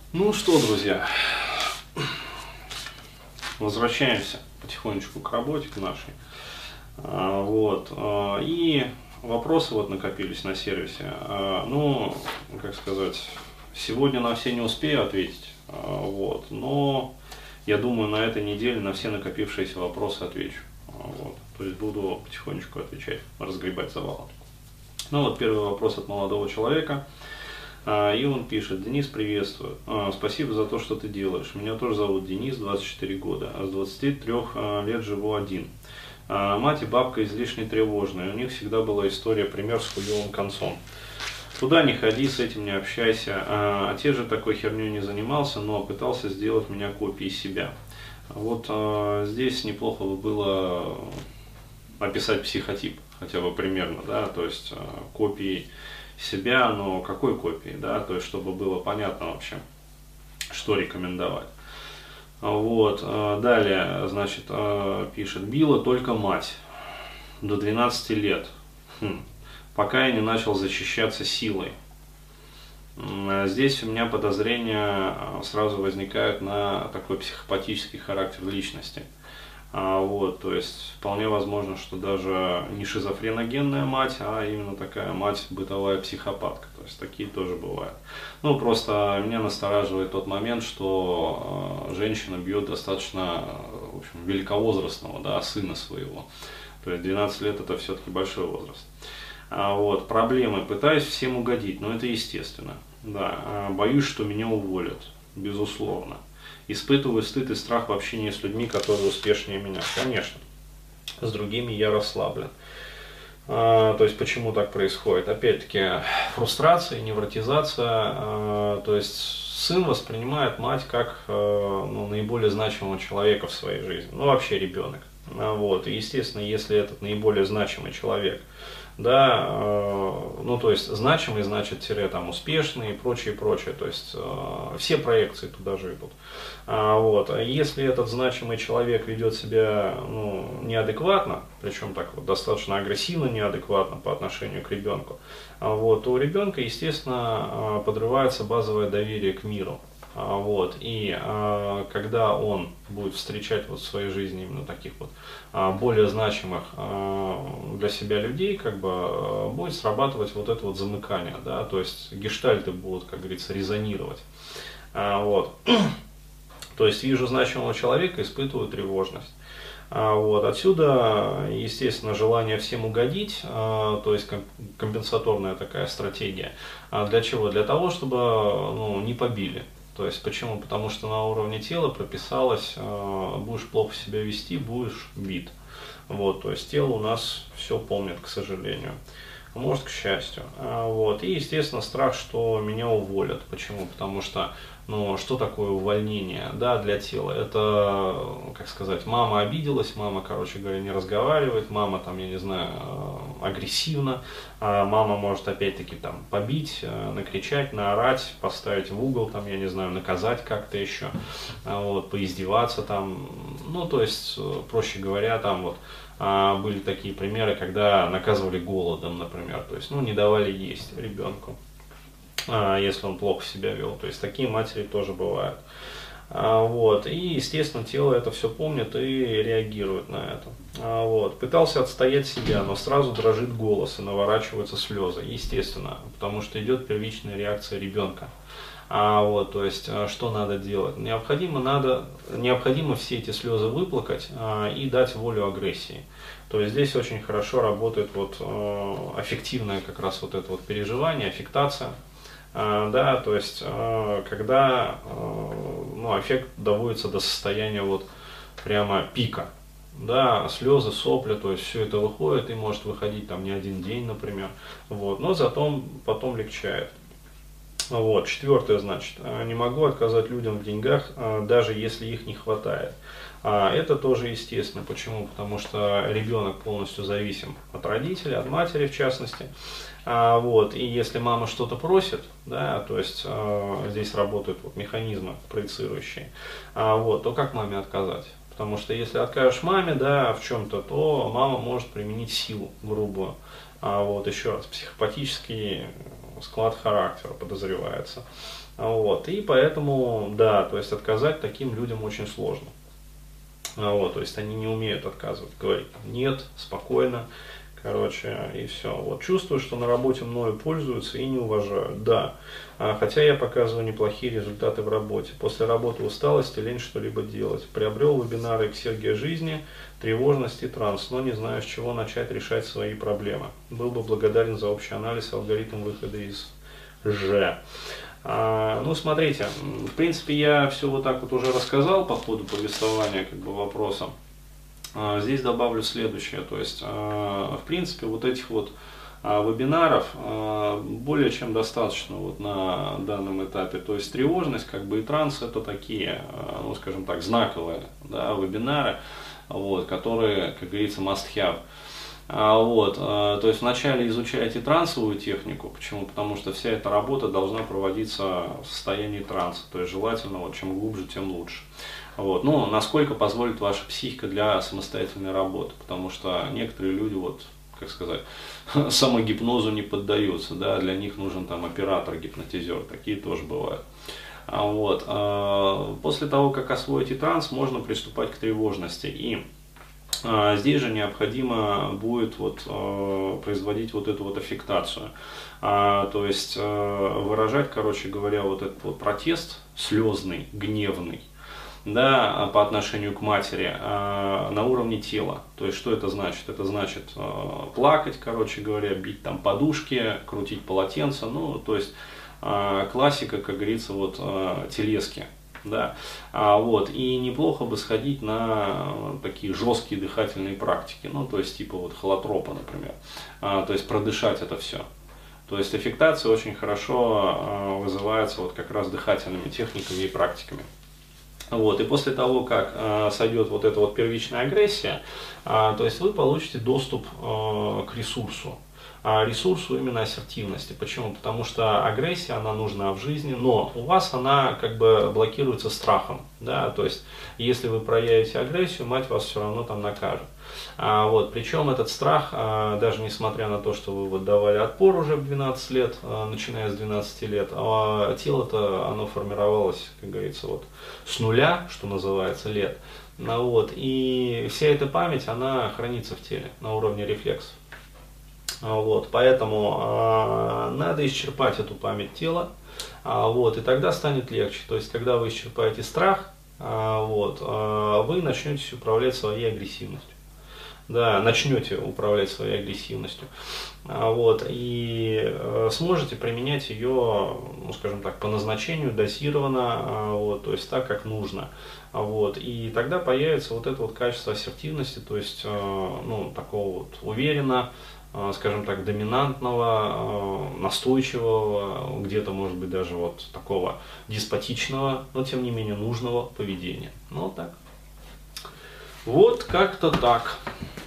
Ну что, друзья, возвращаемся потихонечку к работе, к нашей. И вопросы вот накопились на сервисе. Ну, как сказать, сегодня на все не успею ответить, но я думаю, на этой неделе на все накопившиеся вопросы отвечу. То есть буду потихонечку отвечать, разгребать завалы. Ну вот первый вопрос от молодого человека. И он пишет: Денис, приветствую. Спасибо за то, что ты делаешь. Меня тоже зовут Денис, 24 года, а с 23 лет живу один. Мать и бабка излишне тревожные. У них всегда была история, пример с хуевым концом. Туда не ходи, с этим не общайся. Отец же такой херней не занимался, но пытался сделать меня копией себя. Здесь неплохо бы было описать психотип, хотя бы примерно, да, то есть копией себя, но какой копии, да, то есть чтобы было понятно вообще, что рекомендовать. Далее, значит, пишет: била только мать до 12 лет, пока я не начал защищаться силой. Здесь у меня подозрения сразу возникают на такой психопатический характер личности. То есть вполне возможно, что даже не шизофреногенная мать, а именно такая мать бытовая психопатка. То есть такие тоже бывают. Ну, просто меня настораживает тот момент, что женщина бьет достаточно, в общем, великовозрастного, да, сына своего. То есть 12 лет это все-таки большой возраст. Проблемы. Пытаюсь всем угодить, но это естественно. Да, боюсь, что меня уволят, безусловно. Испытываю стыд и страх в общении с людьми, которые успешнее меня. Конечно, с другими я расслаблен. То есть почему так происходит? Опять-таки фрустрация, невротизация. То есть сын воспринимает мать как наиболее значимого человека в своей жизни. Ну, вообще ребенок. И естественно, если этот наиболее значимый человек, да, то есть значимый, значит, там успешный и прочее, прочее, то есть все проекции туда же идут. Если этот значимый человек ведет себя неадекватно, причем так вот достаточно агрессивно неадекватно по отношению к ребенку, то у ребенка, естественно, подрывается базовое доверие к миру. Когда он будет встречать в своей жизни именно таких более значимых для себя людей, будет срабатывать это замыкание, да, то есть гештальты будут, как говорится, резонировать. То есть вижу значимого человека, испытываю тревожность. Отсюда, естественно, желание всем угодить, то есть компенсаторная такая стратегия. Для чего? Для того, чтобы не побили. То есть почему? Потому что на уровне тела прописалось: будешь плохо себя вести, будешь бит. То есть тело у нас все помнит, к сожалению. Может, к счастью. И, естественно, страх, что меня уволят. Почему? Потому что, что такое увольнение, да, для тела? Это, как сказать, мама обиделась, мама, короче говоря, не разговаривает, мама там, я не знаю, агрессивна, мама может опять-таки там побить, накричать, наорать, поставить в угол, там, я не знаю, наказать как-то еще, поиздеваться там, то есть, проще говоря, там были такие примеры, когда наказывали голодом, например, то есть, не давали есть ребенку, если он плохо себя вел, то есть такие матери тоже бывают. И, естественно, тело это все помнит и реагирует на это. Пытался отстоять себя, но сразу дрожит голос и наворачиваются слезы, естественно, потому что идет первичная реакция ребенка. То есть, что надо делать? Необходимо все эти слезы выплакать и дать волю агрессии. То есть здесь очень хорошо работает аффективное как раз это переживание, аффектация. Да, то есть, когда аффект доводится до состояния прямо пика. Да, слезы, сопли, то есть все это выходит и может выходить там не один день, например. Но зато потом легчает. Четвертое, значит, не могу отказать людям в деньгах, даже если их не хватает. Это тоже естественно. Почему? Потому что ребенок полностью зависим от родителей, от матери в частности. И если мама что-то просит, да, то есть здесь работают механизмы проецирующие, то как маме отказать? Потому что если откажешь маме, да, в чем-то, то мама может применить силу грубую. Еще раз, психопатический склад характера подозревается. Вот, и поэтому, да, то есть отказать таким людям очень сложно. Вот, то есть они не умеют отказывать, говорить нет, спокойно, короче, и все. Вот чувствую, что на работе мною пользуются и не уважают, да. Хотя я показываю неплохие результаты в работе. После работы усталость и лень что-либо делать. Приобрел вебинары «Эксергия жизни», «Тревожность» и «Транс», но не знаю, с чего начать решать свои проблемы. Был бы благодарен за общий анализ, алгоритм выхода из Ж. Ну, смотрите, в принципе, я все вот так вот уже рассказал по ходу повествования как бы вопроса. Здесь добавлю следующее, то есть, в принципе, вот этих вот вебинаров более чем достаточно вот на данном этапе. То есть тревожность как бы и транс это такие, ну скажем так, знаковые, да, вебинары, вот, которые, как говорится, must have. Вот, то есть вначале изучайте трансовую технику. Почему? Потому что вся эта работа должна проводиться в состоянии транса. То есть желательно, вот, чем глубже, тем лучше. Вот. Ну, насколько позволит ваша психика для самостоятельной работы. Потому что некоторые люди, вот, как сказать, самогипнозу не поддаются. Да? Для них нужен там оператор, гипнотизер. Такие тоже бывают. Вот. После того, как освоите транс, можно приступать к тревожности. И здесь же необходимо будет вот, производить вот эту вот аффектацию, то есть выражать, короче говоря, вот этот вот протест слезный, гневный, да, по отношению к матери на уровне тела. То есть что это значит? Это значит плакать, короче говоря, бить там подушки, крутить полотенце, ну, то есть классика, как говорится, вот телески. Да, вот, и неплохо бы сходить на такие жесткие дыхательные практики, ну, то есть, типа вот холотропа, например, то есть, продышать это все. То есть, аффектация очень хорошо вызывается вот как раз дыхательными техниками и практиками. Вот, и после того, как сойдет вот эта вот первичная агрессия, то есть, вы получите доступ к ресурсу. Ресурсу именно ассертивности. Почему? Потому что агрессия, она нужна в жизни, но у вас она как бы блокируется страхом. Да? То есть, если вы проявите агрессию, мать вас все равно там накажет. Вот, причем этот страх, даже несмотря на то, что вы вот давали отпор уже в 12 лет, начиная с 12 лет, тело-то оно формировалось, как говорится, вот с нуля, что называется, лет. Вот, и вся эта память, она хранится в теле на уровне рефлексов. Вот, поэтому надо исчерпать эту память тела, вот, и тогда станет легче. То есть, когда вы исчерпаете страх, вот, вы начнете управлять своей агрессивностью. Да, начнете управлять своей агрессивностью. Вот, и сможете применять ее, ну, скажем так, по назначению, дозированно, вот, то есть так, как нужно. Вот, и тогда появится вот это вот качество ассертивности, то есть, ну, такого вот уверенно, скажем так, доминантного, настойчивого, где-то, может быть, даже вот такого деспотичного, но тем не менее нужного поведения. Ну, вот так. Вот как-то так.